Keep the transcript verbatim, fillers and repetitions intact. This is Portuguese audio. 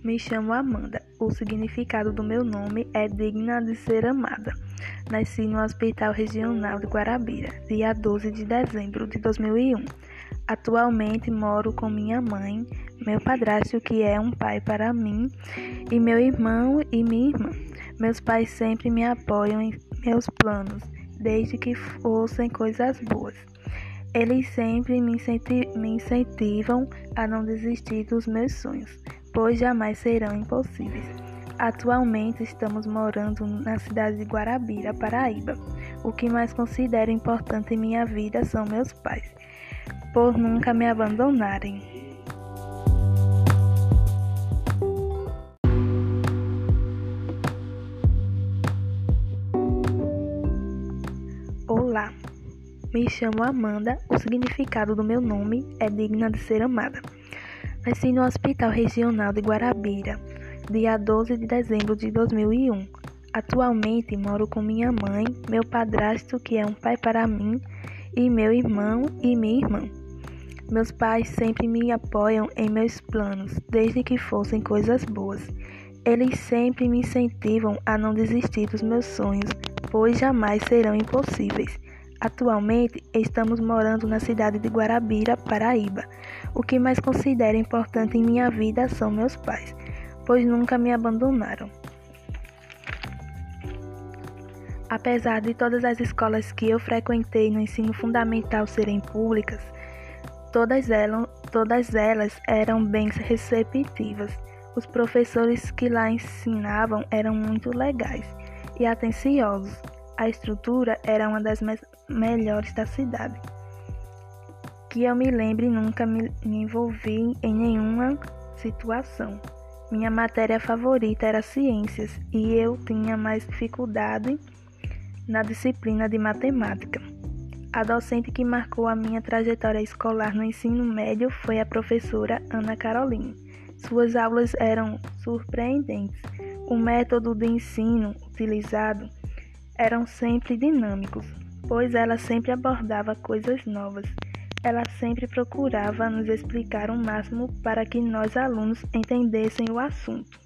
Me chamo Amanda. O significado do meu nome é digna de ser amada. Nasci no Hospital Regional de Guarabira, dia doze de dezembro de dois mil e um. Atualmente moro com minha mãe, meu padrasto, que é um pai para mim, e meu irmão e minha irmã. Meus pais sempre me apoiam em meus planos, desde que fossem coisas boas. Eles sempre me incentivam a não desistir dos meus sonhos, pois jamais serão impossíveis. Atualmente estamos morando na cidade de Guarabira, Paraíba. O que mais considero importante em minha vida são meus pais, por nunca me abandonarem. Olá, me chamo Amanda. O significado do meu nome é digna de ser amada. Nasci no Hospital Regional de Guarabira, dia doze de dezembro de dois mil e um. Atualmente moro com minha mãe, meu padrasto, que é um pai para mim, e meu irmão e minha irmã. Meus pais sempre me apoiam em meus planos, desde que fossem coisas boas. Eles sempre me incentivam a não desistir dos meus sonhos, pois jamais serão impossíveis. Atualmente, estamos morando na cidade de Guarabira, Paraíba. O que mais considero importante em minha vida são meus pais, pois nunca me abandonaram. Apesar de todas as escolas que eu frequentei no ensino fundamental serem públicas, todas elas, todas elas eram bem receptivas. Os professores que lá ensinavam eram muito legais e atenciosos. A estrutura era uma das me- melhores da cidade. Que eu me lembre, nunca me, me envolvi em nenhuma situação. Minha matéria favorita era ciências e eu tinha mais dificuldade na disciplina de matemática. A docente que marcou a minha trajetória escolar no ensino médio foi a professora Ana Caroline. Suas aulas eram surpreendentes. O método de ensino utilizado eram sempre dinâmicos, pois ela sempre abordava coisas novas. Ela sempre procurava nos explicar o máximo para que nós, alunos, entendessem o assunto.